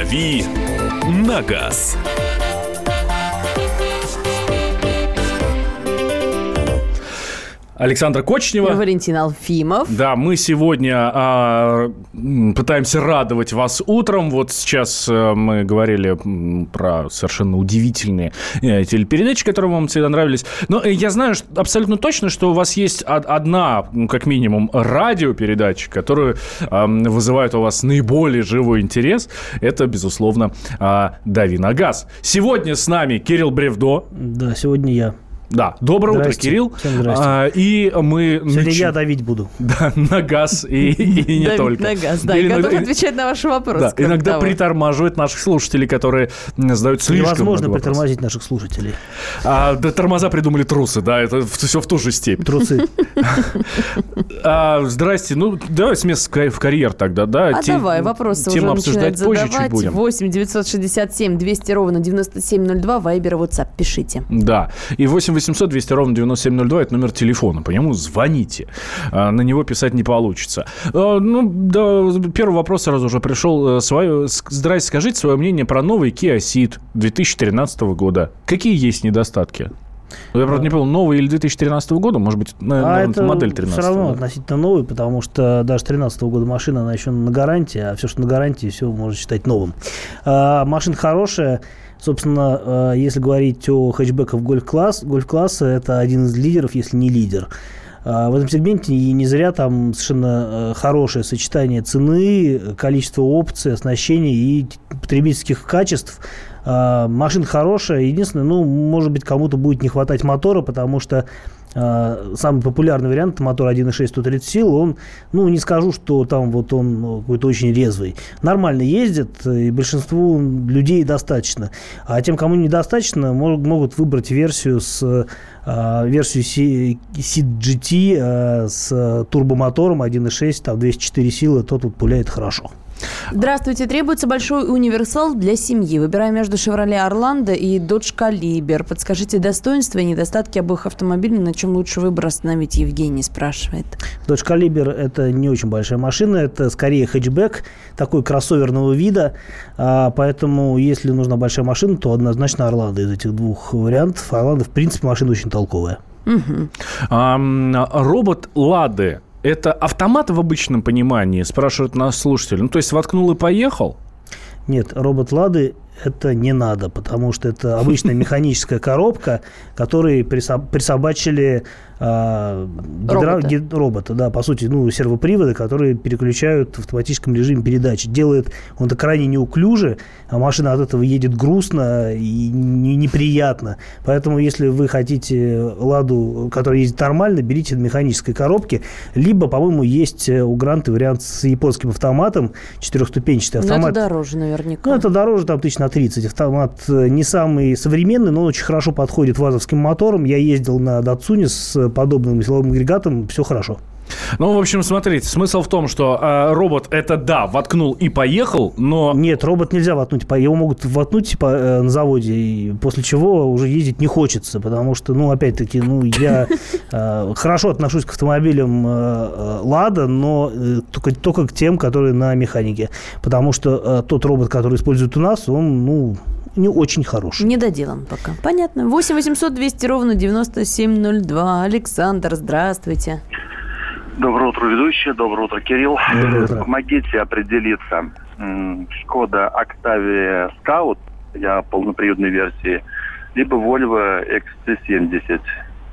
«Дави на газ». Александра Кочнева. Валентин Алфимов. Да, мы сегодня пытаемся радовать вас утром. Вот сейчас мы говорили про совершенно удивительные телепередачи, которые вам всегда нравились. Но я знаю абсолютно точно, что у вас есть одна, как минимум, радиопередача, которая вызывает у вас наиболее живой интерес. Это, безусловно, «Дави на газ». Сегодня с нами Кирилл Бревдо. Да, сегодня я. Да, доброе утро, Кирилл. Всем здрасте. И мы... Сегодня я давить буду. Да, на газ и не давить только. на газ, да, и готов отвечать на ваши вопросы. Да, иногда притормаживает наших слушателей, которые задают слишком невозможно много вопросов. притормозить наших слушателей. Да, тормоза придумали трусы, да, это все в ту же степень. Трусы. Здрасте, давай с места в карьер тогда, да. Давай, вопросы уже начинают задавать. 8 967 200 ровно 9702, Вайбер и WhatsApp, пишите. Да, и 8 800 200 ровно 9702, это номер телефона, по нему звоните, на него писать не получится. Первый вопрос сразу же пришел. Здрасте, скажите свое мнение про новый Kia Ceed 2013 года. Какие есть недостатки? Я, правда, не понял, новый или 2013 года, может быть, модель 13. Все равно относительно новый, потому что даже 2013 года машина, она еще на гарантии, а все, что на гарантии, все можно считать новым. Машина хорошая. Собственно, если говорить о хэтчбеках гольф-класса, это один из лидеров, если не лидер. В этом сегменте и не зря там совершенно хорошее сочетание цены, количества опций, оснащения и потребительских качеств. Машина хорошая. Единственное, может быть, кому-то будет не хватать мотора, потому что самый популярный вариант, мотор 1.6 130 сил, он, не скажу, что там вот он какой-то очень резвый. Нормально ездит, и большинству людей достаточно. А тем, кому недостаточно, могут выбрать версию Ceed GT с турбомотором 1.6, там 204 силы, тот вот пуляет хорошо. Здравствуйте. Требуется большой универсал для семьи. Выбираю между Chevrolet Orlando и Dodge Caliber. Подскажите достоинства и недостатки обоих автомобилей. На чем лучше выбор остановить, Евгений спрашивает. Dodge Caliber – это не очень большая машина. Это скорее хэтчбэк, такой кроссоверного вида. Поэтому, если нужна большая машина, то однозначно Orlando из этих двух вариантов. Orlando, в принципе, машина очень толковая. Робот Lada. Это автомат в обычном понимании, спрашивают нас слушатели. То есть воткнул и поехал? Нет, робот Лады это не надо, потому что это обычная механическая коробка, которой присобачили робота, да, по сути, сервоприводы, которые переключают в автоматическом режиме передачи. Делает он это крайне неуклюже, а машина от этого едет грустно и неприятно. Поэтому, если вы хотите Ладу, которая ездит нормально, берите на механической коробке. Либо, по-моему, есть у Гранты вариант с японским автоматом, 4-ступенчатый автомат. Но это дороже наверняка. Это дороже, там 1000 на 30. Автомат не самый современный, но он очень хорошо подходит вазовским мотором. Я ездил на Датсуне с подобным силовым агрегатом, все хорошо. В общем, смотрите, смысл в том, что робот это, да, воткнул и поехал, но... Нет, робот нельзя воткнуть. Его могут воткнуть на заводе, и после чего уже ездить не хочется, потому что, опять-таки, я хорошо отношусь к автомобилям Лада, но только к тем, которые на механике. Потому что тот робот, который используют у нас, он, не очень хороший. Не доделан пока. Понятно. 8 800 200 ровно 9702. Александр, здравствуйте. Доброе утро, ведущие. Доброе утро, Кирилл. Доброе утро. Помогите определиться. Шкода Octavia Scout, я полноприводной версии, либо Volvo XC70.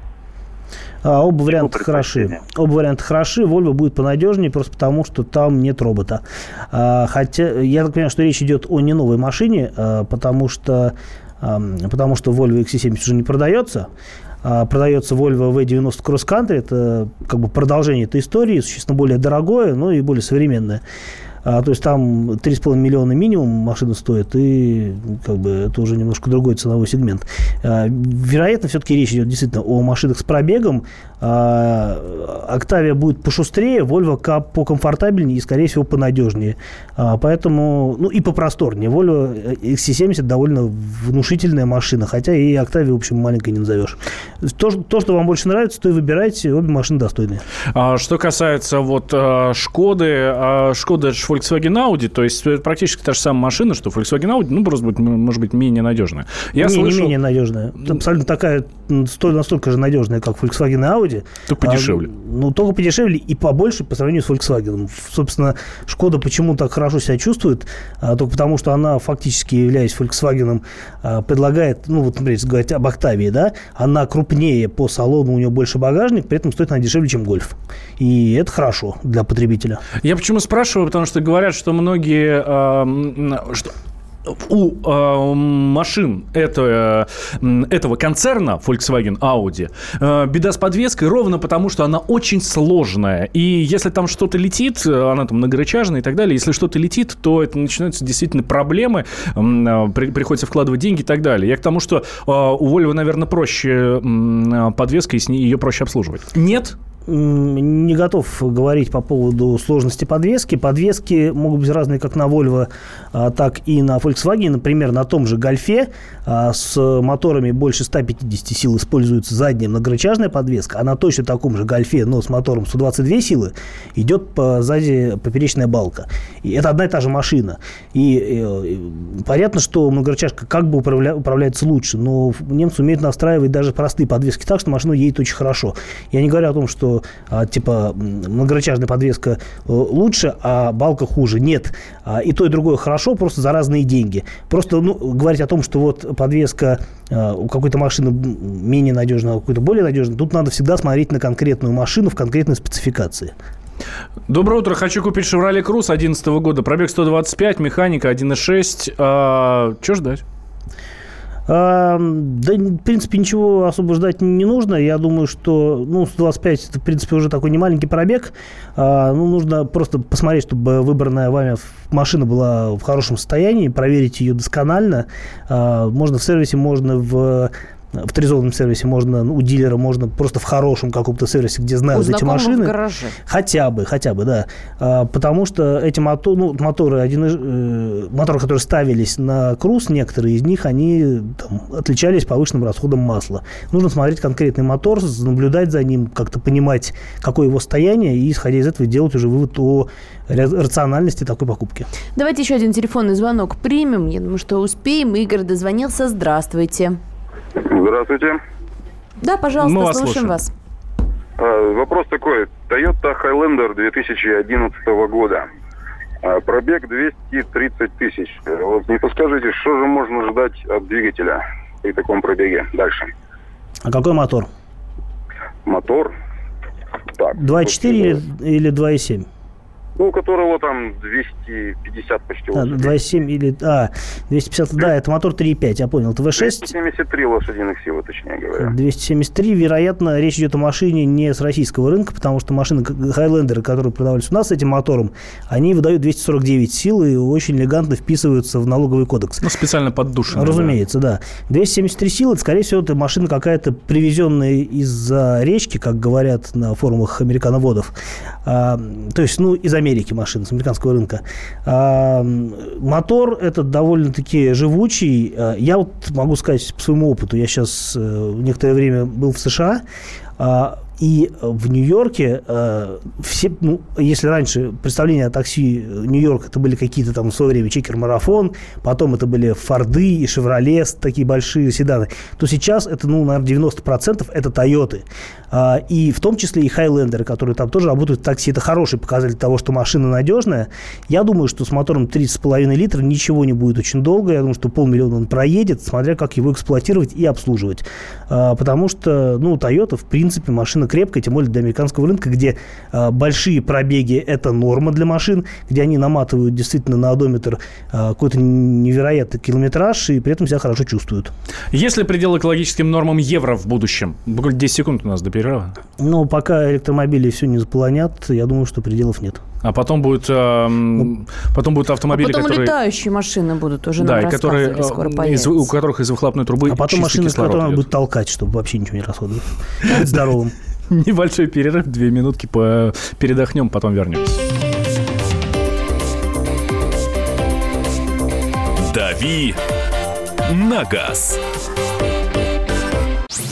Оба варианта хороши. Volvo будет понадежнее, просто потому, что там нет робота. Хотя, я так понимаю, что речь идет о не новой машине, потому что Volvo XC70 уже не продается. Продается Volvo V90 Cross Country. Это как бы продолжение этой истории, существенно более дорогое, но и более современное. То есть там 3,5 миллиона минимум машина стоит, и как бы это уже немножко другой ценовой сегмент. Вероятно, все-таки речь идет действительно о машинах с пробегом. Octavia будет пошустрее, Volvo покомфортабельнее и, скорее всего, понадежнее. Поэтому, и попросторнее. Volvo XC70 довольно внушительная машина, хотя и Octavia, в общем, маленькой не назовешь. То, что вам больше нравится, то и выбирайте. Обе машины достойные. Что касается Шкоды Volkswagen Audi, то есть это практически та же самая машина, что Volkswagen Audi, ну, просто будет, может быть, менее надежная. Я слышал... Не менее надежная. Абсолютно такая, настолько же надежная, как Volkswagen и Audi. Только подешевле. Только подешевле и побольше по сравнению с Volkswagen. Собственно, Шкода почему так хорошо себя чувствует? Только потому, что она, фактически являясь Volkswagen, предлагает, ну, вот, например, если говорить об Octavia, да, она крупнее по салону, у нее больше багажник, при этом стоит она дешевле, чем Golf. И это хорошо для потребителя. Я почему спрашиваю? Потому что говорят, что многие... у машин этого концерна Volkswagen Audi беда с подвеской ровно потому, что она очень сложная. И если там что-то летит, она там многорычажная и так далее, если что-то летит, то это начинаются действительно проблемы, приходится вкладывать деньги и так далее. Я к тому, что у Volvo, наверное, проще подвеска, и с ней ее проще обслуживать. Нет? Не готов говорить по поводу сложности подвески. Подвески могут быть разные как на Volvo, так и на Volkswagen. Например, на том же Гольфе с моторами больше 150 сил используется задняя многорычажная подвеска, а на точно таком же Гольфе, но с мотором 122 силы, идет сзади поперечная балка. И это одна и та же машина. И понятно, что многорычажка как бы управляется лучше, но немцы умеют настраивать даже простые подвески так, что машина едет очень хорошо. Я не говорю о том, что типа многорычажная подвеска лучше, а балка хуже. Нет. И то, и другое хорошо, просто за разные деньги. Просто говорить о том, что вот подвеска у какой-то машины менее надежная, а у какой-то более надежная, тут надо всегда смотреть на конкретную машину в конкретной спецификации. Доброе утро. Хочу купить Chevrolet Cruze 2011 года. Пробег 125, механика 1.6. Что ждать? Да, в принципе, ничего особо ждать не нужно. Я думаю, что 125 это, в принципе, уже такой немаленький пробег. Нужно просто посмотреть, чтобы выбранная вами машина была в хорошем состоянии, проверить ее досконально. Можно в сервисе, можно в авторизованном сервисе, можно у дилера, можно просто в хорошем каком-то сервисе, где знают эти машины. В гараже. Хотя бы, да. Потому что эти моторы, которые ставились на Cruze, некоторые из них, они отличались повышенным расходом масла. Нужно смотреть конкретный мотор, наблюдать за ним, как-то понимать, какое его состояние, и, исходя из этого, делать уже вывод о рациональности такой покупки. Давайте еще один телефонный звонок примем. Я думаю, что успеем. Игорь дозвонился. Здравствуйте. Здравствуйте. Да, пожалуйста, слушаем вас. Вопрос такой. Toyota Highlander 2011 года. Пробег 230 тысяч. Вот не подскажите, что же можно ждать от двигателя при таком пробеге дальше? А какой мотор? Мотор? Так. 2.4 или 2.7? У которого там 250 почти. 2.7 или... 250, да, это мотор 3.5, я понял. Это V6? 273 лошадиных силы, точнее говоря. 273, вероятно, речь идет о машине не с российского рынка, потому что машины Highlander, которые продавались у нас с этим мотором, они выдают 249 сил и очень элегантно вписываются в налоговый кодекс. Специально поддушенные. Разумеется, да. 273 силы, это, скорее всего, это машина какая-то привезенная из-за речки, как говорят на форумах американоводов. То есть, из Америки машина, с американского рынка. Мотор этот довольно-таки живучий. Я вот могу сказать по своему опыту. Я сейчас некоторое время был в США, и в Нью-Йорке все, если раньше представления о такси Нью-Йорк это были какие-то там в свое время Чекер-марафон, потом это были Форды и Шевроле, такие большие седаны, то сейчас это, наверное, 90% это Тойоты. И в том числе и Хайлендеры, которые там тоже работают в такси. Это хороший показатель того, что машина надежная. Я думаю, что с мотором 30,5 литра ничего не будет очень долго. Я думаю, что 500 000 он проедет, смотря как его эксплуатировать и обслуживать. Потому что, Toyota, в принципе, машина крепкая, тем более для американского рынка, где большие пробеги – это норма для машин, где они наматывают действительно на одометр какой-то невероятный километраж и при этом себя хорошо чувствуют. Есть ли предел экологическим нормам евро в будущем? Буквально 10 секунд у нас до перерыва. Пока электромобили все не заполонят, я думаю, что пределов нет. А потом будут автомобили, которые... летающие машины будут уже нам рассказывали, скоро появятся. У которых из выхлопной трубы чистый кислород машины, которые идет. будут толкать, чтобы вообще ничего не расходовать. Быть здоровым. Небольшой перерыв, 2 минутки, передохнем, потом вернемся. «Дави на газ».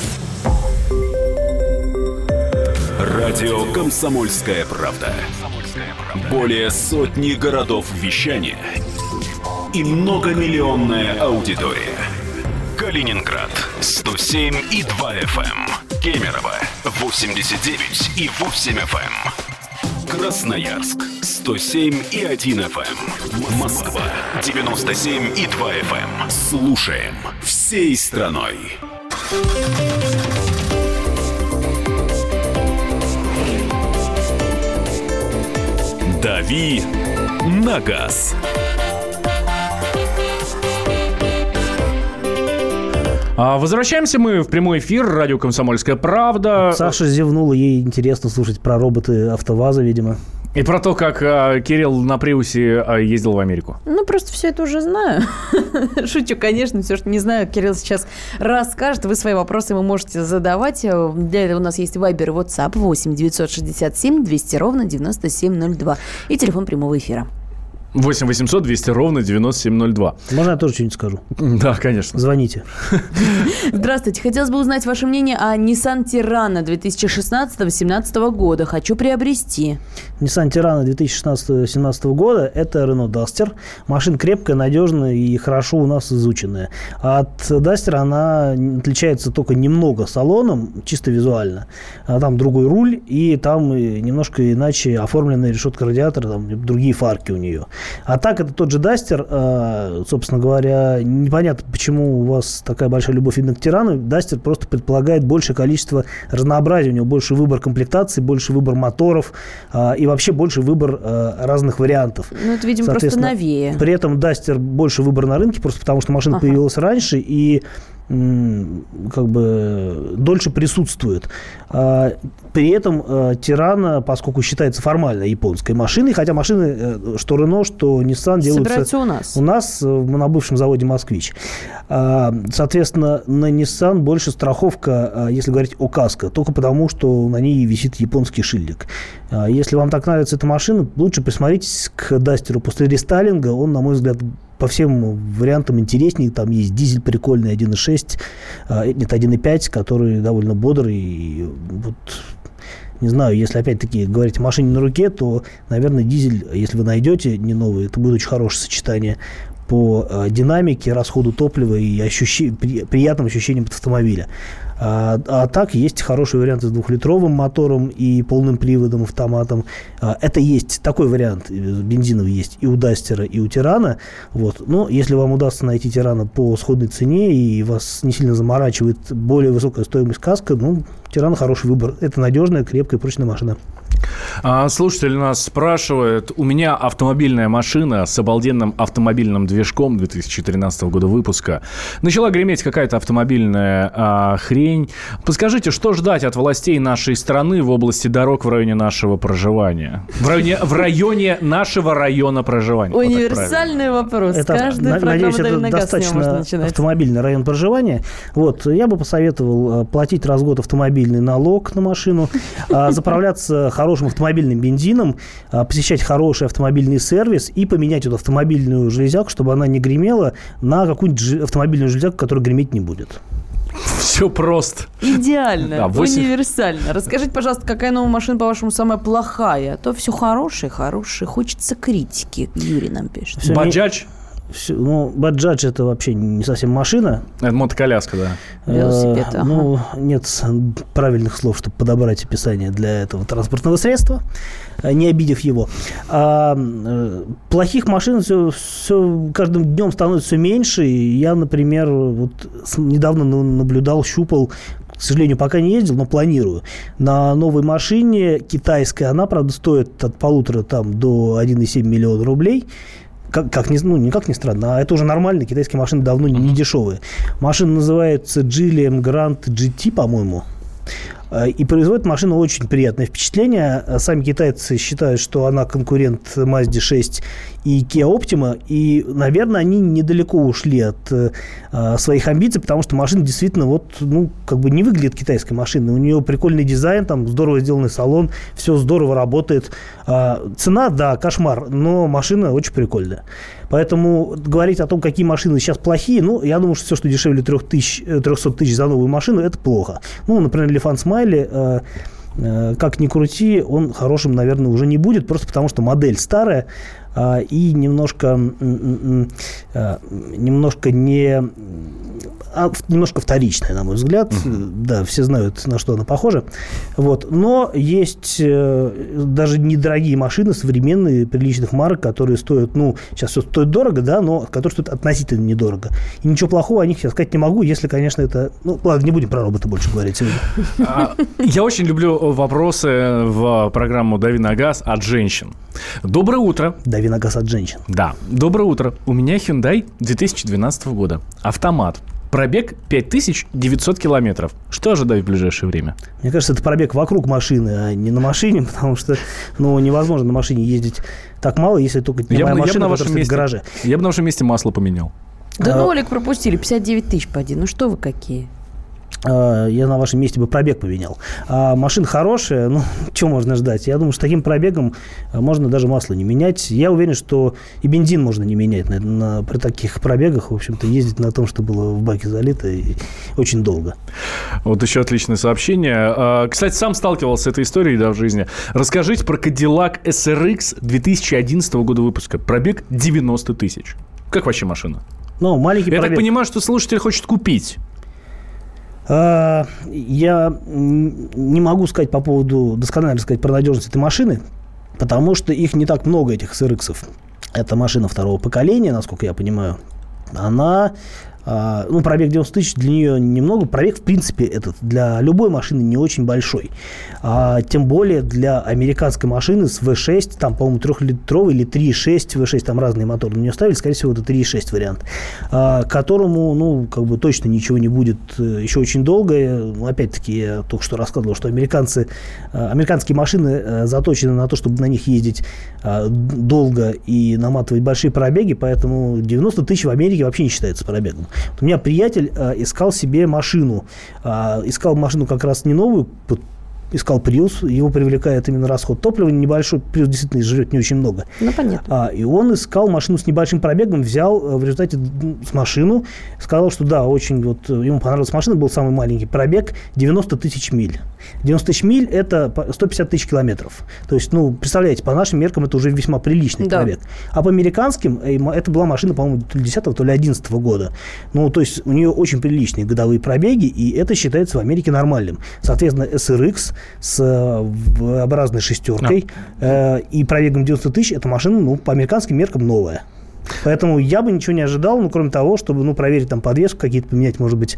Радио «Комсомольская правда». Более сотни городов вещания и многомиллионная аудитория. Калининград 107,2 FM, Кемерово 89,8 FM, Красноярск 107,1 FM, Москва 97,2 FM. Слушаем всей страной. «Дави на газ». Возвращаемся мы в прямой эфир. Радио «Комсомольская правда». Саша зевнула, ей интересно слушать про роботы АвтоВАЗа, видимо. И про то, как Кирилл на Приусе ездил в Америку. Ну, просто все это уже знаю. Шучу, конечно, все, что не знаю, Кирилл сейчас расскажет. Вы свои вопросы ему можете задавать. Для этого у нас есть Вайбер и WhatsApp 8 967 200 ровно 9702. И телефон прямого эфира. 8 800 200 ровно 9702. Можно я тоже что-нибудь скажу? Да, конечно. Звоните. Здравствуйте. Хотелось бы узнать ваше мнение о Nissan Tirana 2016-2017 года. Хочу приобрести. Nissan Tirana 2016-2017 года – это Renault Duster. Машина крепкая, надежная и хорошо у нас изученная. От Duster она отличается только немного салоном, чисто визуально. Там другой руль, и там немножко иначе оформленная решетка радиатора, там другие фарки у нее. А так, это тот же Duster. Собственно говоря, непонятно, почему у вас такая большая любовь именно к Тирану. Duster просто предполагает большее количество разнообразия. У него больше выбор комплектаций, больше выбор моторов и вообще больше выбор разных вариантов. Ну, это, видимо, просто новее. При этом Duster больше выбор на рынке, просто потому что машина появилась раньше и как бы дольше присутствует. При этом Тирана, поскольку считается формально японской машиной, хотя машины, что Renault, что Nissan делаются у нас на бывшем заводе «Москвич». Соответственно, на Nissan больше страховка, если говорить о каско, только потому, что на ней висит японский шильдик. Если вам так нравится эта машина, лучше присмотритесь к Дастеру после рестайлинга. Он, на мой взгляд, по всем вариантам интереснее. Там есть дизель прикольный 1.6, нет, 1.5, который довольно бодрый. И вот, не знаю, если опять-таки говорить о машине на руке, то, наверное, дизель, если вы найдете не новый, это будет очень хорошее сочетание по динамике, расходу топлива и приятным ощущениям от автомобиля. А так есть хорошие варианты с 2-литровым мотором и полным приводом, автоматом. Это есть, такой вариант бензиновый есть и у Дастера, и у Тирана. Вот. Но если вам удастся найти Тирана по сходной цене и вас не сильно заморачивает более высокая стоимость каска, ну, Тиран хороший выбор. Это надежная, крепкая, прочная машина. Слушатель нас спрашивает. У меня автомобильная машина с обалденным автомобильным движком 2013 года выпуска. Начала греметь какая-то автомобильная хрень. Подскажите, что ждать от властей нашей страны в области дорог в районе нашего проживания? В районе нашего района проживания. Универсальный вопрос. Каждая надеюсь, программа это достаточно автомобильный район проживания. Вот, я бы посоветовал платить раз в год автомобильный налог на машину, заправляться хорошим автомобильным бензином, посещать хороший автомобильный сервис и поменять эту автомобильную железяку, чтобы она не гремела, на какую-нибудь автомобильную железяку, которая греметь не будет. Все просто. Идеально, да, универсально. Расскажите, пожалуйста, какая новая машина, по-вашему, самая плохая? А то все хорошее. Хочется критики. Юрий нам пишет. Баджадж? Ну, Баджадж – это вообще не совсем машина. Это мотоколяска, да. Велосипед, Ну, нет правильных слов, чтобы подобрать описание для этого транспортного средства, не обидев его. Плохих машин все каждым днем становится все меньше. Я, например, вот недавно наблюдал, щупал, к сожалению, пока не ездил, но планирую. На новой машине китайской, она, правда, стоит от 1,5 до 1,7 миллиона рублей. Никак не странно, а это уже нормально, китайские машины давно не дешевые. Машина называется Geely Grand GT, по-моему. И производит машина очень приятное впечатление. Сами китайцы считают, что она конкурент Mazda 6 и Kia Optima. И, наверное, они недалеко ушли от своих амбиций, потому что машина действительно не выглядит китайской машиной. У нее прикольный дизайн, там здорово сделанный салон, все здорово работает. Цена, да, кошмар, но машина очень прикольная. Поэтому говорить о том, какие машины сейчас плохие, я думаю, что все, что дешевле 300 тысяч за новую машину, это плохо. Например, Лифан Смайли, как ни крути, он хорошим, наверное, уже не будет, просто потому что модель старая и немножко вторичная, на мой взгляд. Да, все знают, на что она похожа. Вот. Но есть даже недорогие машины, современные, приличных марок, которые стоят, сейчас все стоит дорого, да, но которые стоят относительно недорого. И ничего плохого о них сейчас сказать не могу, если, конечно, это... ладно, не будем про робота больше говорить сегодня. Я очень люблю вопросы в программу «Дави на газ» от женщин. Доброе утро. «Дави на газ» от женщин. Да, доброе утро. У меня Hyundai 2012 года. Автомат. Пробег 5900 километров. Что ожидать в ближайшее время? Мне кажется, это пробег вокруг машины, а не на машине, потому что невозможно на машине ездить так мало, если только не моя машина, которая стоит в гараже. Я бы на вашем месте масло поменял. Да нолик пропустили, 59 тысяч, поди. Ну что вы какие? Я на вашем месте бы пробег поменял. А машина хорошая, что можно ждать? Я думаю, что таким пробегом можно даже масло не менять. Я уверен, что и бензин можно не менять при таких пробегах. В общем-то, ездить на том, что было в баке залито, и очень долго. Вот еще отличное сообщение. Kстати, сам сталкивался с этой историей, в жизни. Расскажите про Cadillac SRX 2011 года выпуска. Пробег 90 тысяч. Как вообще машина? Маленький пробег. Я так понимаю, что слушатель хочет купить. Я не могу сказать досконально сказать про надежность этой машины, потому что их не так много, этих SRX-ов. Это машина второго поколения, насколько я понимаю. Она... пробег 90 тысяч для нее немного. Пробег, в принципе, этот для любой машины не очень большой. Тем более для американской машины с V6, там, по-моему, 3-литровый или 3.6 V6, там разные моторы на нее ставили, скорее всего, это 3.6 вариант, которому, точно ничего не будет еще очень долго. Опять-таки, я только что рассказывал, что американские машины заточены на то, чтобы на них ездить долго и наматывать большие пробеги, поэтому 90 тысяч в Америке вообще не считается пробегом. У меня приятель искал себе машину. Искал машину как раз не новую, искал Prius. Его привлекает именно расход топлива небольшой. Prius действительно жрет не очень много. Понятно. И он искал машину с небольшим пробегом, взял в результате машину, сказал, что да, очень ему понравилась машина, был самый маленький пробег, 90 тысяч миль. 90 тысяч миль – это 150 тысяч километров. То есть, представляете, по нашим меркам это уже весьма приличный пробег. А по американским это была машина, по-моему, то ли 10-го, то ли 11-го года. То есть, у нее очень приличные годовые пробеги, и это считается в Америке нормальным. Соответственно, SRX с V-образной шестеркой и пробегом 90 тысяч – это машина, по американским меркам, новая. Поэтому я бы ничего не ожидал, кроме того, чтобы проверить там подвеску, какие-то поменять, может быть,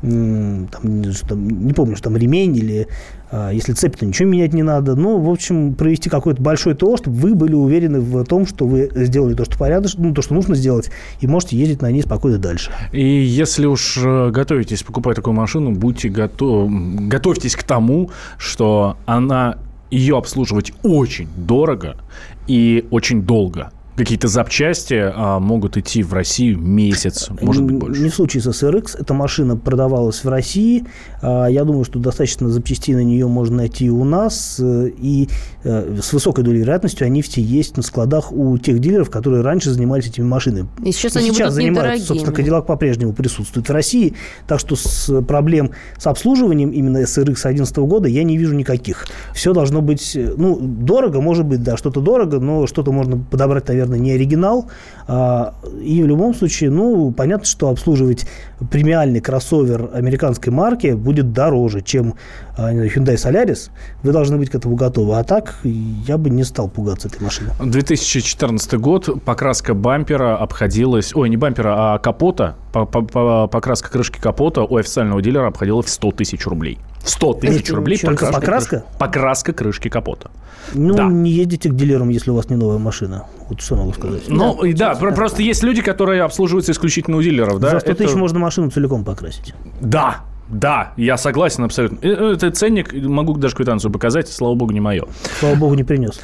не помню, что там ремень или если цепь, то ничего менять не надо. В общем, провести какой-то большой ТО, чтобы вы были уверены в том, что вы сделали то, что порядочно, то, что нужно сделать, и можете ездить на ней спокойно дальше. И если уж готовитесь покупать такую машину, готовьтесь к тому, что ее обслуживать очень дорого и очень долго. Какие-то запчасти могут идти в Россию месяц, может быть, больше. Не в случае с SRX. Эта машина продавалась в России. Я думаю, что достаточно запчастей на нее можно найти и у нас. И с высокой долей вероятностью они все есть на складах у тех дилеров, которые раньше занимались этими машинами. И сейчас они будут недорогими. Собственно, Cadillac по-прежнему присутствует в России. Так что проблем с обслуживанием именно SRX 2011 года я не вижу никаких. Все должно быть... дорого, может быть, да, что-то дорого, но что-то можно подобрать, наверное, не оригинал. И в любом случае, понятно, что обслуживать премиальный кроссовер американской марки будет дороже, чем Hyundai Solaris. Вы должны быть к этому готовы. А так, я бы не стал пугаться этой машины. 2014 год. Покраска бампера обходилась... Ой, не бампера, а капота. Покраска крышки капота у официального дилера обходилась в 100 тысяч рублей. 100 тысяч рублей только покраска? Покраска крышки капота. Не ездите к дилерам, если у вас не новая машина. Вот что могу сказать. Просто есть люди, которые обслуживаются исключительно у дилеров. За 100 тысяч можно машину целиком покрасить. Да, я согласен абсолютно. Это ценник, могу даже квитанцию показать, слава богу, не мое. Слава богу, не принес.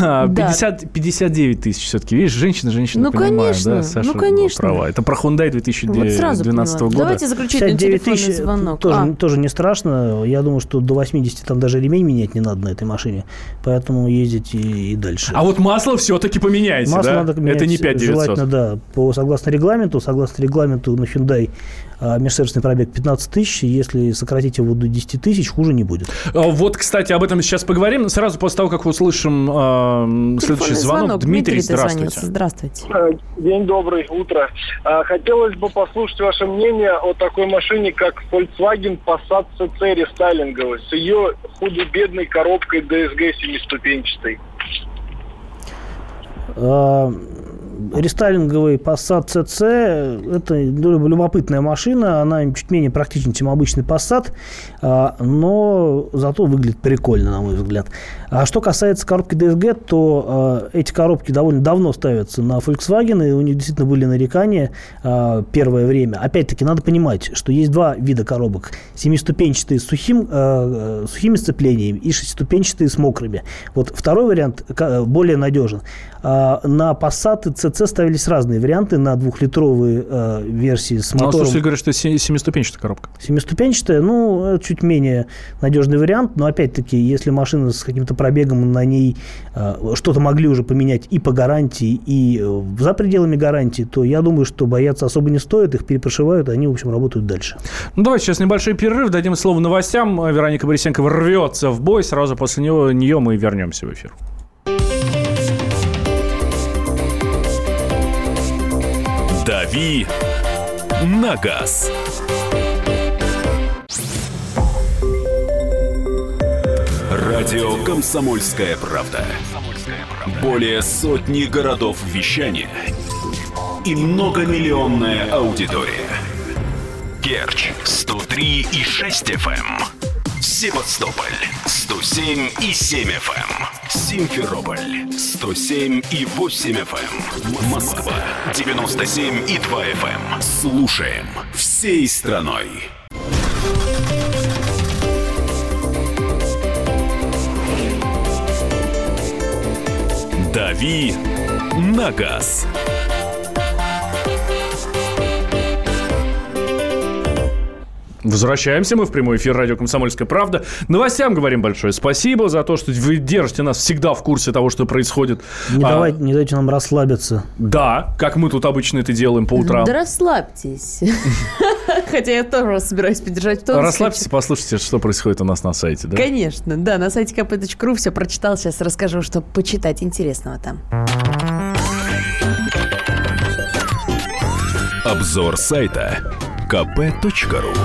59 тысяч все-таки. Видишь, женщина понимает, конечно, да, Саша конечно. Права. Это про Hyundai 2012 года. Давайте заключительный телефонный звонок. Тоже не страшно. Я думаю, что до 80 там даже ремень менять не надо на этой машине. Поэтому ездите и дальше. А вот масло все-таки поменяйте, масло надо менять, это не 5900. Желательно, да. Согласно регламенту на Hyundai межсервисный пробег 15 тысяч. если сократить его до 10 тысяч, хуже не будет. Вот, кстати, об этом сейчас поговорим. Сразу после того, как услышим следующий звонок. Дмитрий, здравствуйте. Здравствуйте. День добрый, утро. Хотелось бы послушать ваше мнение о такой машине, как Volkswagen Passat CC рестайлинговый, с ее худо-бедной коробкой DSG 7-ступенчатой. Рестайлинговый Passat CC – это любопытная машина, она чуть менее практична, чем обычный Passat, но зато выглядит прикольно, на мой взгляд. А что касается коробки DSG, то эти коробки довольно давно ставятся на Volkswagen, и у них действительно были нарекания первое время. Опять-таки, надо понимать, что есть два вида коробок. 7-ступенчатые с сухими сцеплениями и 6-ступенчатые с мокрыми. Вот второй вариант более надежен. На Passat CC ставились разные варианты, на 2-литровые версии с мотором. Слушайте, говорят, что 7-ступенчатая коробка. 7-ступенчатая, ну, чуть менее надежный вариант, но опять-таки, если машина с каким-то пробегом, на ней что-то могли уже поменять и по гарантии, и за пределами гарантии, то я думаю, что бояться особо не стоит, их перепрошивают, и они, в общем, работают дальше. Ну, давайте сейчас небольшой перерыв, дадим слово новостям. Вероника Борисенкова рвется в бой, сразу после нее мы вернемся в эфир. «Дави на газ». Радио «Комсомольская правда». Более сотни городов вещания и многомиллионная аудитория. Керчь 103,6 FM. Севастополь 107,7 FM. Симферополь 107,8 FM. Москва 97,2 FM. Слушаем всей страной. «Дави на газ». Возвращаемся мы в прямой эфир радио «Комсомольская правда». Новостям говорим большое спасибо за то, что вы держите нас всегда в курсе того, что происходит. Не дайте нам расслабиться. Да, как мы тут обычно это делаем по утрам. Да расслабьтесь. Хотя я тоже собираюсь поддержать в том. Расслабьтесь, послушайте, что происходит у нас на сайте, да? Конечно, да, на сайте kp.ru все прочитал. Сейчас расскажу, что почитать интересного там. Обзор сайта kp.ru.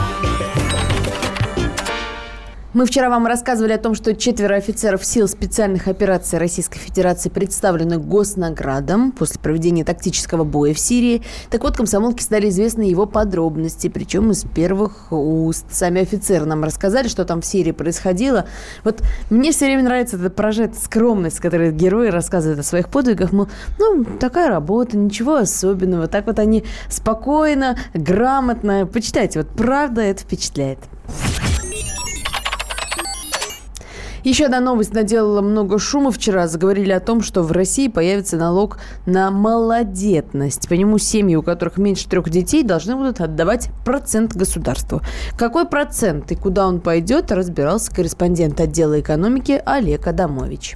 Мы вчера вам рассказывали о том, что 4 офицеров сил специальных операций Российской Федерации представлены госнаградам после проведения тактического боя в Сирии. Так вот, комсомолке стали известны его подробности, причем из первых уст. Сами офицеры нам рассказали, что там в Сирии происходило. Вот мне все время нравится эта прожитая скромность, с которой герои рассказывают о своих подвигах. Мол, такая работа, ничего особенного. Так вот они спокойно, грамотно. Почитайте, вот правда это впечатляет. Еще одна новость наделала много шума. Вчера заговорили о том, что в России появится налог на малодетность. По нему семьи, у которых меньше 3 детей, должны будут отдавать процент государству. Какой процент и куда он пойдет, разбирался корреспондент отдела экономики Олег Адамович.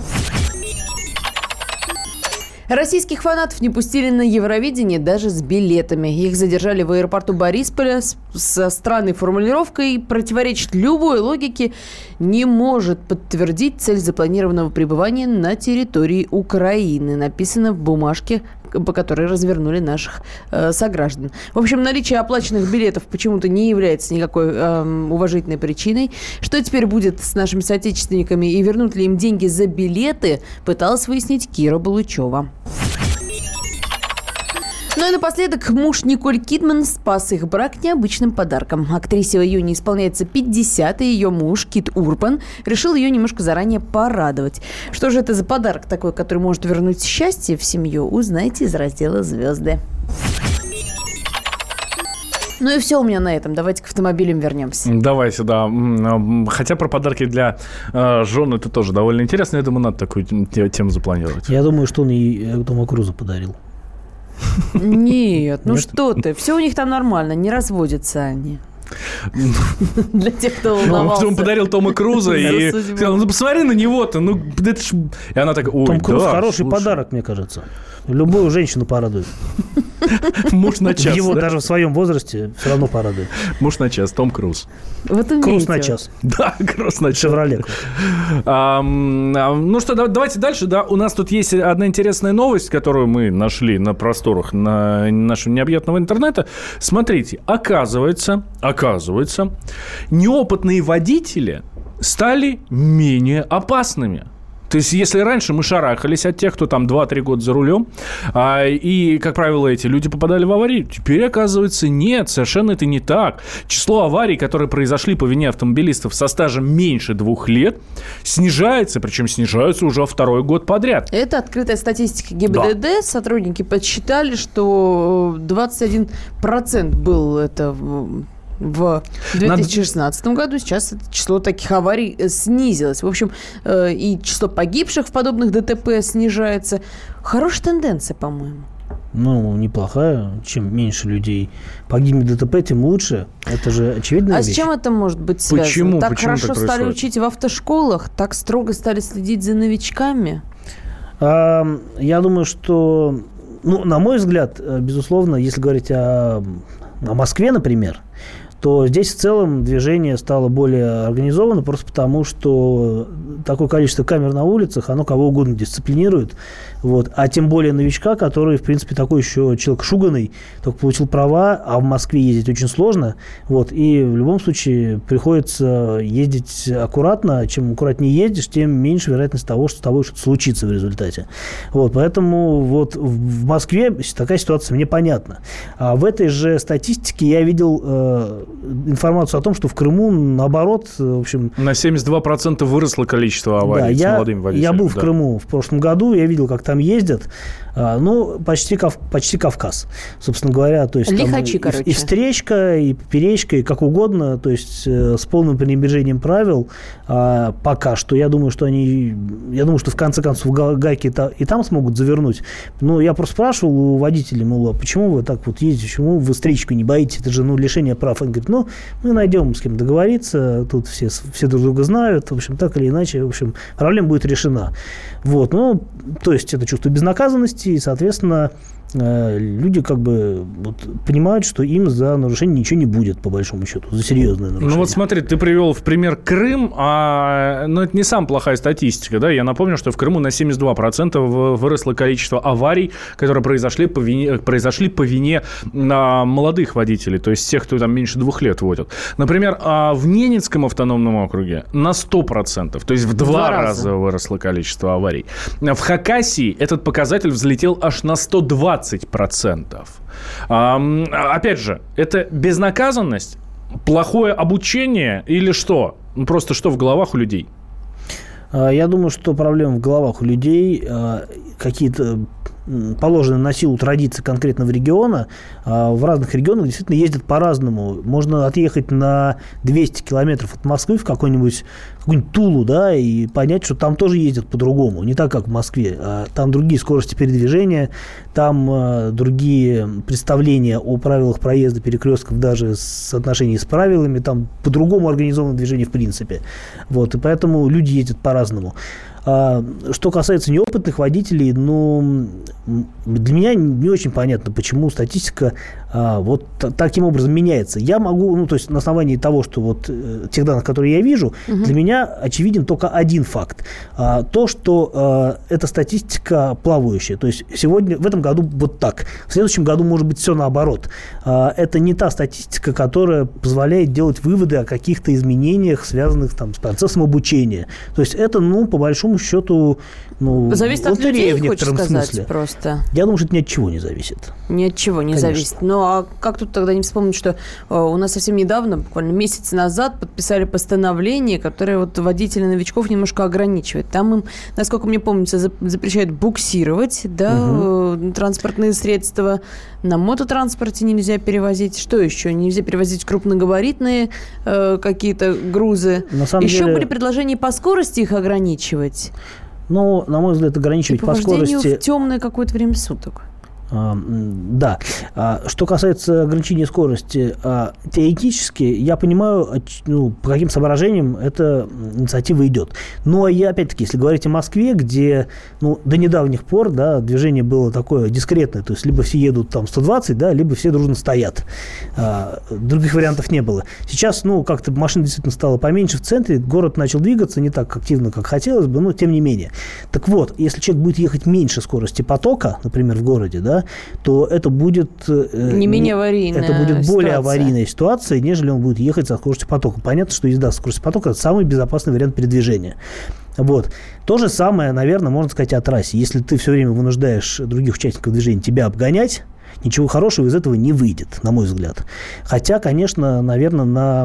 Российских фанатов не пустили на Евровидение даже с билетами. Их задержали в аэропорту Борисполя со странной формулировкой. Противоречит любой логике. Не может подтвердить цель запланированного пребывания на территории Украины. Написано в бумажке, по которой развернули наших сограждан. В общем, наличие оплаченных билетов почему-то не является никакой уважительной причиной. Что теперь будет с нашими соотечественниками и вернут ли им деньги за билеты, пыталась выяснить Кира Балычева. Ну и напоследок муж Николь Кидман спас их брак необычным подарком. Актрисе в июне исполняется 50, и ее муж Кит Урбан решил ее немножко заранее порадовать. Что же это за подарок такой, который может вернуть счастье в семью, узнаете из раздела «Звезды». Ну и все у меня на этом. Давайте к автомобилям вернемся. Давайте, да. Хотя про подарки для жен это тоже довольно интересно. Я думаю, надо такую тему запланировать. Я думаю, что он ей Тому Крузу подарил. Нет, ну что ты. Все у них там нормально, не разводятся они. Для тех, кто волновался. Он подарил Тома Круза и сказал, посмотри на него-то. И она такая, ой, Том Круз хороший подарок, мне кажется. Любую женщину порадует. Муж на час. Его даже в своем возрасте все равно порадует. Муж на час, Том Круз. Вот Круз на час. Да, Круз на час. «Шевроле». Ну что, давайте дальше. Да, у нас тут есть одна интересная новость, которую мы нашли на просторах нашего необъятного интернета. Смотрите, оказывается, неопытные водители стали менее опасными. То есть, если раньше мы шарахались от тех, кто там 2-3 года за рулем, и, как правило, эти люди попадали в аварии, теперь, оказывается, нет, совершенно это не так. Число аварий, которые произошли по вине автомобилистов со стажем меньше 2 лет, снижается, причем снижается уже 2-й год подряд. Это открытая статистика ГИБДД. Да. Сотрудники подсчитали, что 21% был это... В 2016 году сейчас это число таких аварий снизилось. В общем, и число погибших в подобных ДТП снижается. Хорошая тенденция, по-моему. Ну, неплохая. Чем меньше людей погибнет в ДТП, тем лучше. Это же очевидная вещь. А с чем это может быть связано? Почему? Так Почему хорошо так стали происходит? учить в автошколах, так строго стали следить за новичками? Я думаю, что, на мой взгляд, безусловно, если говорить о Москве, например, то здесь в целом движение стало более организовано, просто потому, что такое количество камер на улицах, оно кого угодно дисциплинирует. Вот. А тем более новичка, который, в принципе, такой еще человек шуганый, только получил права, а в Москве ездить очень сложно. Вот. И в любом случае приходится ездить аккуратно. Чем аккуратнее ездишь, тем меньше вероятность того, что с тобой что-то случится в результате. Вот. Поэтому вот в Москве такая ситуация мне понятна. А в этой же статистике я видел информацию о том, что в Крыму, наоборот, в общем... На 72% выросло количество аварий с молодыми водителями. Я был в Крыму в прошлом году, я видел, как там ездят. Почти Кавказ, собственно говоря. То есть, лихачи, там короче. И встречка, и поперечка, и как угодно. То есть с полным пренебрежением правил. Пока что. Я думаю, что в конце концов гайки и там смогут завернуть. Но я просто спрашивал у водителей, а почему вы так вот ездите, почему вы встречку не боитесь? Это же лишение прав. Они говорят, мы найдем с кем договориться. Тут все друг друга знают. В общем, так или иначе, проблема будет решена. Вот. То есть это чувство безнаказанности, и, соответственно, люди понимают, что им за нарушение ничего не будет, по большому счету, за серьезное нарушение. Ну вот смотри, ты привел в пример Крым, но это не самая плохая статистика, да? Я напомню, что в Крыму на 72% выросло количество аварий, которые произошли по вине молодых водителей, то есть тех, кто там меньше 2 лет водят. Например, в Ненецком автономном округе на 100%, то есть в 2 раза выросло количество аварий. В Хакасии этот показатель взлетел аж на 120%. Опять же, это безнаказанность, плохое обучение или что? Просто что в головах у людей? Я думаю, что проблема в головах у людей, какие-то положенные на силу традиции конкретного региона. В разных регионах действительно ездят по-разному. Можно отъехать на 200 километров от Москвы в какую-нибудь Тулу, да, и понять, что там тоже ездят по-другому. Не так, как в Москве. Там другие скорости передвижения, там другие представления о правилах проезда перекрестков даже в соотношении с правилами. Там по-другому организовано движение в принципе. Вот, и поэтому люди ездят по-разному. Что касается неопытных водителей, для меня не очень понятно, почему статистика вот таким образом меняется. Я могу, то есть на основании того, что тех данных, которые я вижу, для меня очевиден только один факт. То, что эта статистика плавающая. То есть в этом году вот так. В следующем году может быть все наоборот. Это не та статистика, которая позволяет делать выводы о каких-то изменениях, связанных с процессом обучения. То есть это, по большому счету, зависит от людей, в некотором хочешь сказать, смысле. Просто. Я думаю, что это ни от чего не зависит. Ни от чего не зависит. А как тут тогда не вспомнить, что у нас совсем недавно, буквально месяц назад, подписали постановление, которое водителей новичков немножко ограничивает. Там им, насколько мне помнится, запрещают буксировать, транспортные средства. На мототранспорте нельзя перевозить. Что еще? Нельзя перевозить крупногабаритные какие-то грузы. Еще были предложения по скорости их ограничивать. На мой взгляд, ограничивать по скорости... в темное какое-то время суток. Да. Что касается ограничения скорости, теоретически я понимаю, по каким соображениям эта инициатива идет. Но опять-таки, если говорить о Москве, где до недавних пор движение было такое дискретное, то есть либо все едут там 120, либо все дружно стоят. Других вариантов не было. Сейчас, как-то машин действительно стало поменьше в центре, город начал двигаться не так активно, как хотелось бы, но тем не менее. Так вот, если человек будет ехать меньше скорости потока, например, в городе, то это будет не менее аварийная это будет ситуация. Более аварийная ситуация, нежели он будет ехать со скоростью потока. Понятно, что езда со скоростью потока – это самый безопасный вариант передвижения. Вот. То же самое, наверное, можно сказать о трассе. Если ты все время вынуждаешь других участников движения тебя обгонять, ничего хорошего из этого не выйдет, на мой взгляд. Хотя, конечно, наверное, на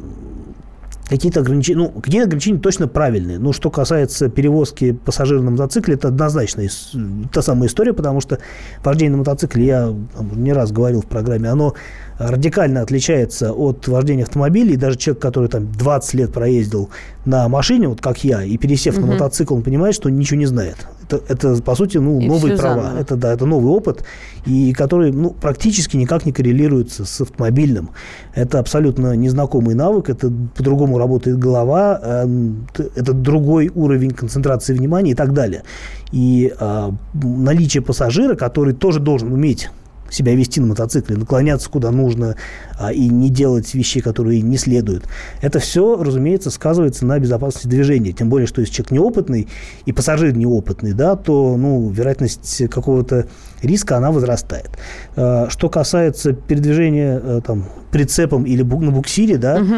какие-то ограничения точно правильные. Что касается перевозки пассажиров на мотоцикле, это однозначно та самая история, потому что вождение на мотоцикле, я не раз говорил в программе, оно радикально отличается от вождения автомобиля. И даже человек, который там 20 лет проездил на машине, вот как я, и пересев на мотоцикл, он понимает, что он ничего не знает. Это по сути, новые права. Это новый опыт, и который практически никак не коррелируется с автомобильным. Это абсолютно незнакомый навык, это по-другому работает голова, это другой уровень концентрации внимания и так далее. И наличие пассажира, который тоже должен уметь себя вести на мотоцикле, наклоняться куда нужно и не делать вещей, которые не следует. Это все, разумеется, сказывается на безопасности движения. Тем более, что если человек неопытный и пассажир неопытный, то вероятность какого-то риска, она возрастает. Что касается передвижения прицепом или на буксире,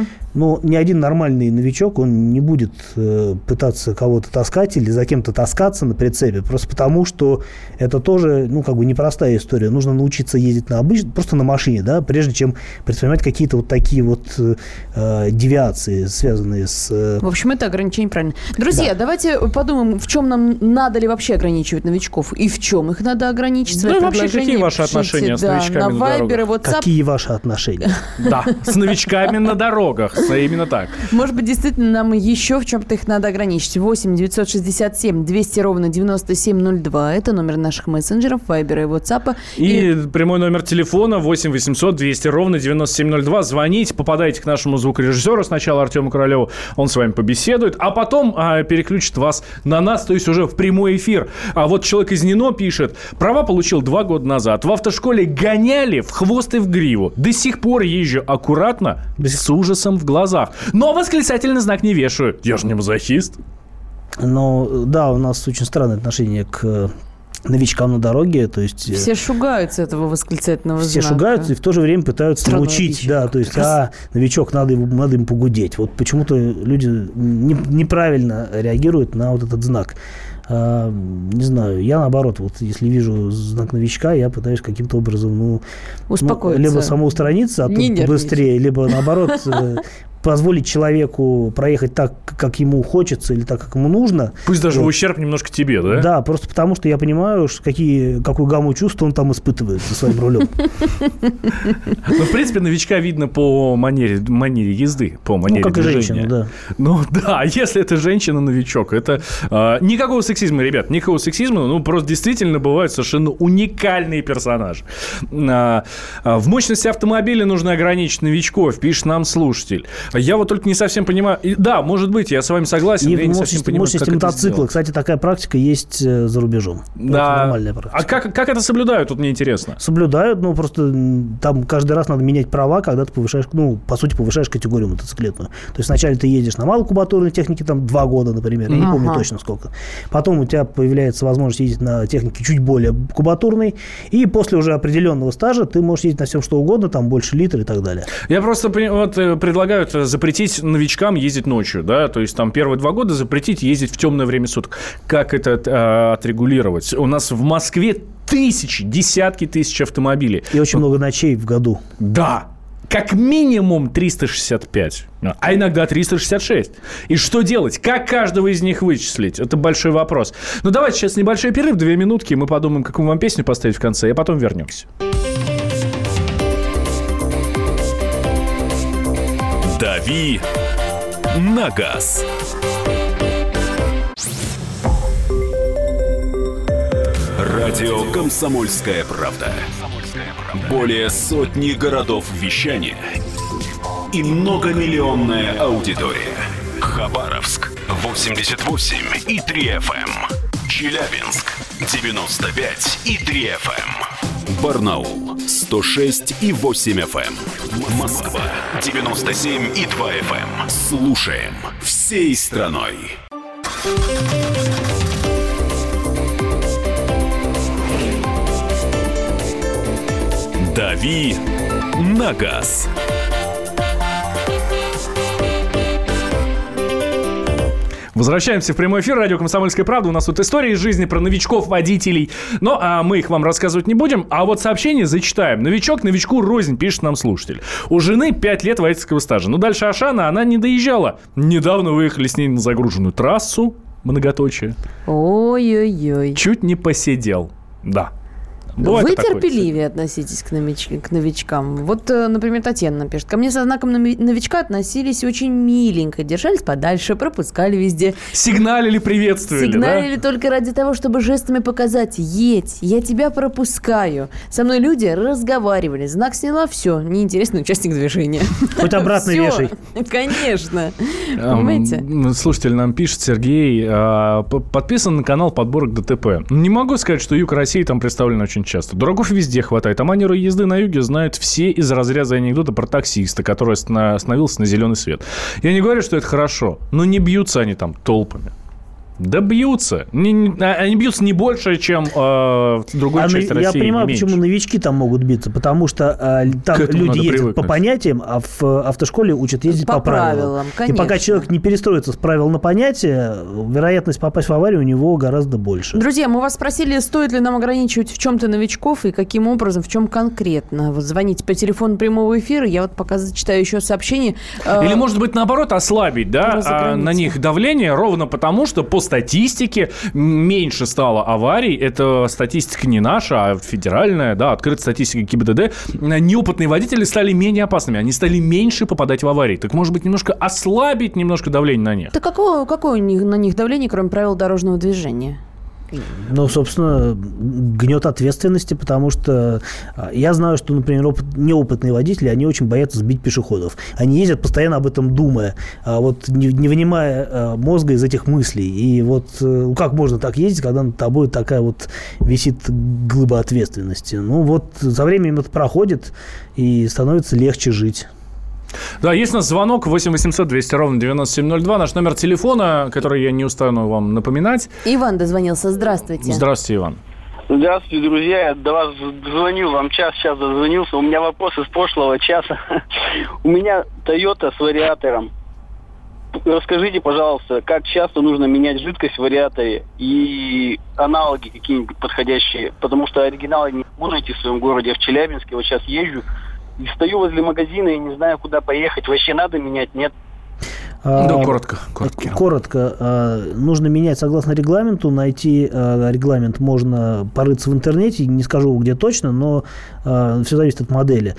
ни один нормальный новичок, он не будет пытаться кого-то таскать или за кем-то таскаться на прицепе, просто потому, что это тоже, непростая история. Нужно научиться ездить просто на машине, прежде чем предпринимать какие-то вот такие вот девиации, связанные с... В общем, это ограничение правильно. Друзья, давайте подумаем, в чем нам надо ли вообще ограничивать новичков и в чем их надо ограничить. И вообще, какие ваши отношения с новичками на дорогах? Какие ваши отношения? Да, с новичками на дорогах. Именно так. Может быть, действительно, нам еще в чем-то их надо ограничить. 8 967 200 ровно 9702. Это номер наших мессенджеров, Вайбера и WhatsApp. И прямой номер телефона 8 800 200 ровно 9702. Звоните, попадайте к нашему звукорежиссеру. Сначала Артему Королеву, он с вами побеседует, а потом переключит вас на нас, то есть уже в прямой эфир. А вот человек из Нино пишет: права получил 2 года назад. В автошколе гоняли в хвост и в гриву. До сих пор езжу аккуратно, с ужасом в глазах. Но восклицательный знак не вешаю. Я же не мазохист. Да, у нас очень странное отношение к новичкам на дороге, то есть... Все шугаются этого восклицательного знака. Все шугаются и в то же время пытаются научить. Да, то есть, новичок, надо им погудеть. Вот почему-то люди неправильно реагируют на вот этот знак. Не знаю, я наоборот, вот если вижу знак новичка, я пытаюсь каким-то образом, успокоиться. Либо самоустраниться оттуда быстрее, либо наоборот позволить человеку проехать так, как ему хочется или так, как ему нужно. Пусть даже в ущерб немножко тебе, да? Да, просто потому что я понимаю, какую гамму чувств он там испытывает за своим рулем. В принципе, новичка видно по манере езды, по манере как движения. И женщина, да. Да, если это женщина-новичок, это никакого сексизма, ребят, никакого сексизма, просто действительно бывают совершенно уникальные персонажи. В мощности автомобиля нужно ограничить новичков, пишет нам слушатель. Я вот только не совсем понимаю. Да, может быть, я с вами согласен, и я не совсем понимаю, как это мотоцикла. сделать. Кстати, такая практика есть за рубежом. Да. Это нормальная практика. А как это соблюдают, тут мне интересно. Соблюдают, просто там каждый раз надо менять права, когда ты повышаешь, по сути, повышаешь категорию мотоциклетную. То есть вначале ты едешь на малокубатурной технике, 2 года, например, я не помню точно сколько. Потом у тебя появляется возможность ездить на технике чуть более кубатурной, и после уже определенного стажа ты можешь ездить на всем что угодно, больше литра и так далее. Я просто предлагаю запретить новичкам ездить ночью, да, то есть первые 2 года запретить ездить в темное время суток. Как это отрегулировать? У нас в Москве десятки тысяч автомобилей. И очень много ночей в году. Да. Как минимум 365, а иногда 366. И что делать? Как каждого из них вычислить? Это большой вопрос. Давайте сейчас небольшой перерыв, 2 минутки, мы подумаем, какую вам песню поставить в конце, и потом вернемся. «Дави на газ». Радио «Комсомольская правда». Более сотни городов вещания и многомиллионная аудитория. Хабаровск 88,3 FM. Челябинск 95,3 FM. Барнаул 106,8 FM. Москва 97,2 FM. Слушаем всей страной. «Дави на газ». Возвращаемся в прямой эфир. Радио «Комсомольская правда». У нас тут истории из жизни про новичков, водителей. Но мы их вам рассказывать не будем. А вот сообщение зачитаем. Новичок новичку рознь, пишет нам слушатель. У жены 5 лет водительского стажа. Но дальше Ашана она не доезжала. Недавно выехали с ней на загруженную трассу. Многоточие. Ой-ой-ой. Чуть не посидел. Да. Вы терпеливее относитесь к новичкам. Вот, например, Татьяна пишет. Ко мне со знаком новичка относились очень миленько. Держались подальше, пропускали везде. Сигналили, приветствовали, Сигналили только ради того, чтобы жестами показать: едь, я тебя пропускаю. Со мной люди разговаривали. Знак сняла, все, неинтересный участник движения. Хоть обратно вешай. Конечно. Понимаете? Слушатель нам пишет, Сергей, подписан на канал подборок ДТП. Не могу сказать, что юг России там представлен очень часто. Дураков везде хватает. А манеру езды на юге знают все из разряда анекдота про таксиста, который остановился на зеленый свет. Я не говорю, что это хорошо, но не бьются они там толпами. Да бьются. Они бьются не больше, чем в другой части России. Я понимаю, почему новички там могут биться. Потому что там люди ездят по понятиям, а в автошколе учат ездить по правилам. И пока человек не перестроится с правил на понятия, вероятность попасть в аварию у него гораздо больше. Друзья, мы вас спросили, стоит ли нам ограничивать в чем-то новичков и каким образом, в чем конкретно. Вот звоните по телефону прямого эфира. Я вот пока зачитаю еще сообщение. Или, может быть, наоборот, ослабить, да, на них давление, ровно потому, что по статистике меньше стало аварий. Это статистика не наша, а федеральная, да, открытая статистика ГИБДД. Неопытные водители стали менее опасными. Они стали меньше попадать в аварии. Так, может быть, немножко ослабить давление на них? Так какое у них на них давление, кроме правил дорожного движения? Ну, собственно, гнет ответственности, потому что я знаю, что, например, неопытные водители, они очень боятся сбить пешеходов. Они ездят, постоянно об этом думая, вот не вынимая мозга из этих мыслей. И вот как можно так ездить, когда над тобой такая вот висит глыба ответственности? Ну, вот со временем это проходит, и становится легче жить. Да, есть у нас звонок 8 800 200 ровно 9702. Наш номер телефона, который я не устану вам напоминать. Иван дозвонился. Здравствуйте. Здравствуйте, Иван. Здравствуйте, друзья. Я до вас звоню, вам час дозвонился. У меня вопрос из прошлого часа. У меня Toyota с вариатором. Расскажите, пожалуйста, как часто нужно менять жидкость в вариаторе и аналоги какие-нибудь подходящие? Потому что оригиналы не могу найти в своем городе. Я в Челябинске вот сейчас езжу. И стою возле магазина и не знаю, куда поехать. Вообще надо менять, нет? Да, коротко. Коротко. Нужно менять согласно регламенту. Найти регламент можно порыться в интернете. Не скажу, где точно, но все зависит от модели.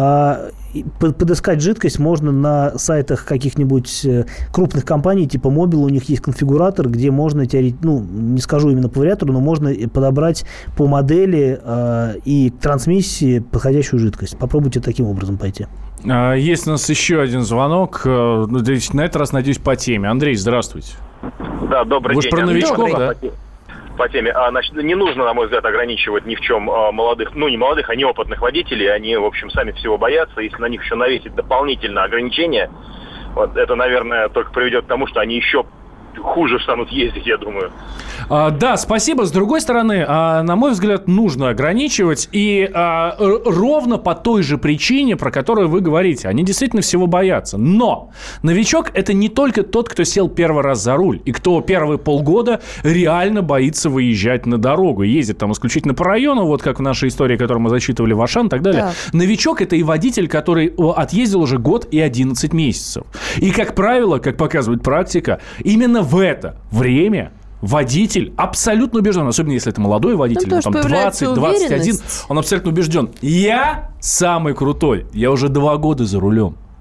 Подыскать жидкость можно на сайтах каких-нибудь крупных компаний, типа Mobil. У них есть конфигуратор, где можно, не скажу именно по вариатору, но можно подобрать по модели и трансмиссии подходящую жидкость. Попробуйте таким образом пойти. Есть у нас еще один звонок. На этот раз, надеюсь, по теме. Андрей, здравствуйте. Да, добрый день. Вы же про новичков, да? По теме. Значит, не нужно, на мой взгляд, ограничивать ни в чем молодых, не молодых, а неопытных водителей. Они, в общем, сами всего боятся. Если на них еще навесить дополнительно ограничения, вот это, наверное, только приведет к тому, что они еще хуже станут ездить, я думаю. Да, спасибо. С другой стороны, на мой взгляд, нужно ограничивать. И ровно по той же причине, про которую вы говорите. Они действительно всего боятся. Но новичок – это не только тот, кто сел первый раз за руль. И кто первые полгода реально боится выезжать на дорогу. Ездит там исключительно по району, вот как в нашей истории, которую мы зачитывали, в Ашан и так далее. Да. Новичок – это и водитель, который отъездил уже год и 11 месяцев. И, как правило, как показывает практика, именно в это время водитель абсолютно убежден, особенно если это молодой водитель, там 20-21, он абсолютно убежден. Я самый крутой, я уже 2 года за рулем.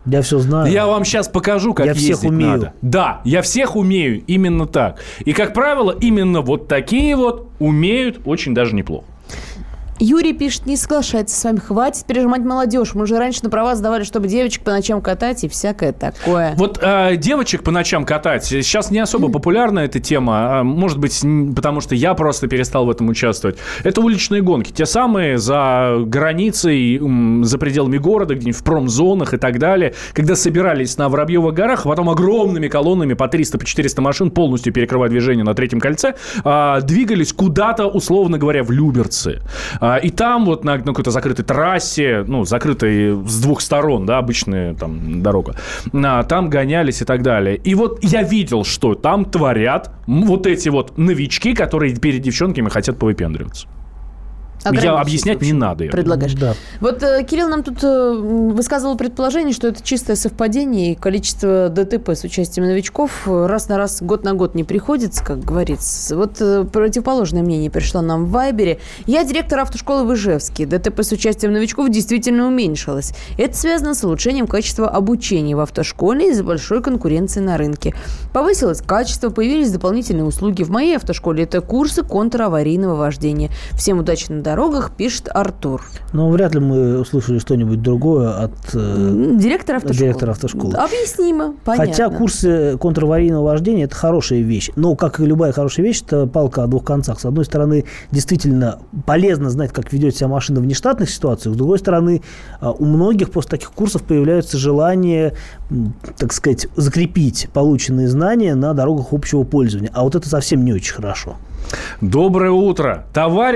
Я все знаю. Я вам сейчас покажу, как ездить всех умею. надо. Да, я всех умею, именно так. И, как правило, именно вот такие вот умеют очень даже неплохо. Юрий пишет, не соглашается с вами. Хватит пережимать молодежь. Мы же раньше на права сдавали, чтобы девочек по ночам катать и всякое такое. Вот девочек по ночам катать сейчас не особо популярна эта тема. Может быть, потому что я просто перестал в этом участвовать. Это уличные гонки. Те самые за границей, за пределами города, где-нибудь в промзонах и так далее. Когда собирались на Воробьевых горах, а потом огромными колоннами по 300, по 400 машин, полностью перекрывая движение на Третьем кольце, двигались куда-то, условно говоря, в Люберцы. И там вот на какой-то закрытой трассе, ну, закрытой с двух сторон, да, обычная там дорога, там гонялись и так далее. И вот я видел, что там творят вот эти вот новички, которые перед девчонками хотят повыпендриваться. Я объяснять не надо. Предлагаешь. Да. Вот Кирилл нам тут высказывал предположение, что это чистое совпадение, и количество ДТП с участием новичков раз на раз, год на год не приходится, как говорится. Вот противоположное мнение пришло нам в Вайбере. Я директор автошколы в Ижевске. ДТП с участием новичков действительно уменьшилось. Это связано с улучшением качества обучения в автошколе из-за большой конкуренции на рынке. Повысилось качество, появились дополнительные услуги. В моей автошколе это курсы контраварийного вождения. Всем удачи на дорогах, пишет Артур. Но вряд ли мы услышали что-нибудь другое от директора автошколы. Объяснимо, понятно. Хотя курсы контраварийного вождения – это хорошая вещь. Но, как и любая хорошая вещь, это палка о двух концах. С одной стороны, действительно полезно знать, как ведет себя машина в нештатных ситуациях. С другой стороны, у многих после таких курсов появляется желание, так сказать, закрепить полученные знания на дорогах общего пользования. А вот это совсем не очень хорошо. Доброе утро.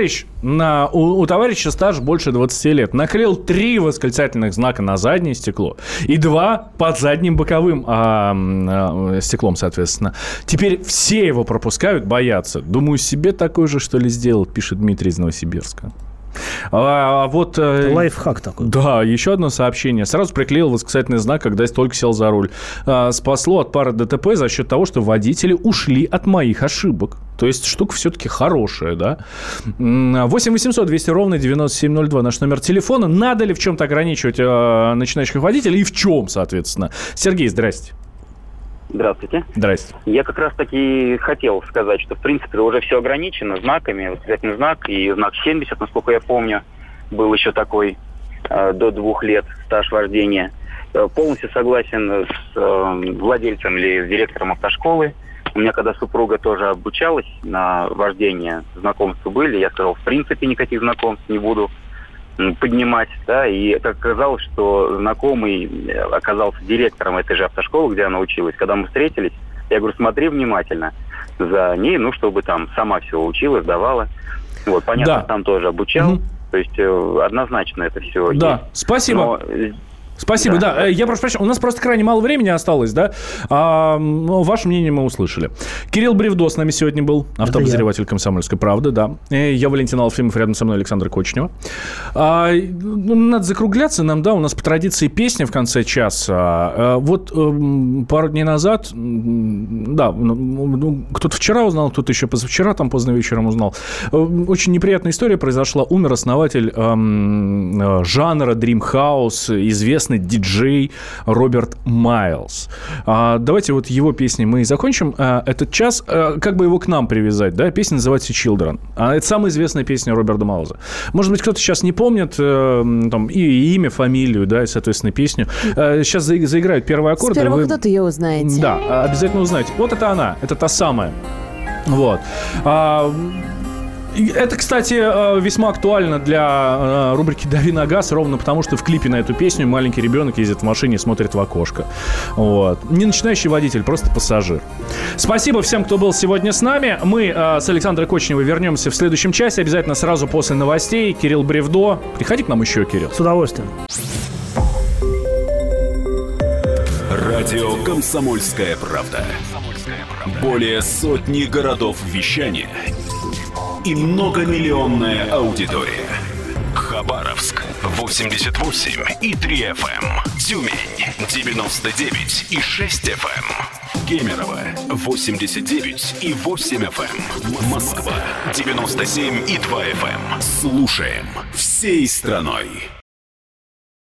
У товарища стаж больше 20 лет. Наклеил 3 восклицательных знака на заднее стекло и 2 под задним боковым стеклом, соответственно. Теперь все его пропускают, боятся. Думаю, себе такой же, что ли, сделал, пишет Дмитрий из Новосибирска. Лайфхак такой. Да, еще одно сообщение. Сразу приклеил восклицательный знак, когда я только сел за руль. Спасло от пары ДТП за счет того, что водители ушли от моих ошибок. То есть штука все-таки хорошая, да? 8 800 200 ровно 9702 наш номер телефона. Надо ли в чем-то ограничивать начинающих водителей и в чем, соответственно? Сергей, здрасте. Здравствуйте. Здрасте. Я как раз-таки хотел сказать, что, в принципе, уже все ограничено знаками. Восклицательный знак и знак 70, насколько я помню, был еще такой до 2 лет стаж вождения. Полностью согласен с владельцем или с директором автошколы. У меня, когда супруга тоже обучалась на вождение, знакомства были. Я сказал, в принципе, никаких знакомств не буду поднимать, да, и как оказалось, что знакомый оказался директором этой же автошколы, где она училась. Когда мы встретились, я говорю, смотри внимательно за ней, чтобы там сама все учила, сдавала. Вот, понятно, да. Там тоже обучал. То есть однозначно это все да. есть. Спасибо. Спасибо, да. Я прошу прощения, у нас просто крайне мало времени осталось, да? Ваше мнение мы услышали. Кирилл Бревдо с нами сегодня был, автообозреватель «Комсомольской правды», да. Я Валентин Алфимов, рядом со мной Александр Кочнева. Надо закругляться нам, да, у нас по традиции песня в конце часа. Вот пару дней назад, да, кто-то вчера узнал, кто-то еще позавчера, там поздно вечером узнал. Очень неприятная история произошла. Умер основатель жанра Dream House, известный диджей Роберт Майлз. Давайте вот его песни мы и закончим этот час. Как бы его к нам привязать, да? Песня называется «Children». Это самая известная песня Роберта Майлза. Может быть, кто-то сейчас не помнит там, и имя, фамилию, да, и, соответственно, песню. Сейчас заиграют первые аккорды. С первого кто-то ее узнаете. Да, обязательно узнаете. Вот это она, это та самая. Вот. Это, кстати, весьма актуально для рубрики «Дави на газ», ровно потому, что в клипе на эту песню маленький ребенок ездит в машине и смотрит в окошко. Вот. Не начинающий водитель, просто пассажир. Спасибо всем, кто был сегодня с нами. Мы с Александрой Кочневой вернемся в следующем часе, обязательно сразу после новостей. Кирилл Бревдо. Приходи к нам еще, Кирилл. С удовольствием. Радио «Комсомольская правда». Более сотни городов вещания и многомиллионная аудитория. Хабаровск 88,3 FM, Тюмень 99,6 FM, Кемерово 89,8 FM, Москва 97,2 FM. Слушаем всей страной.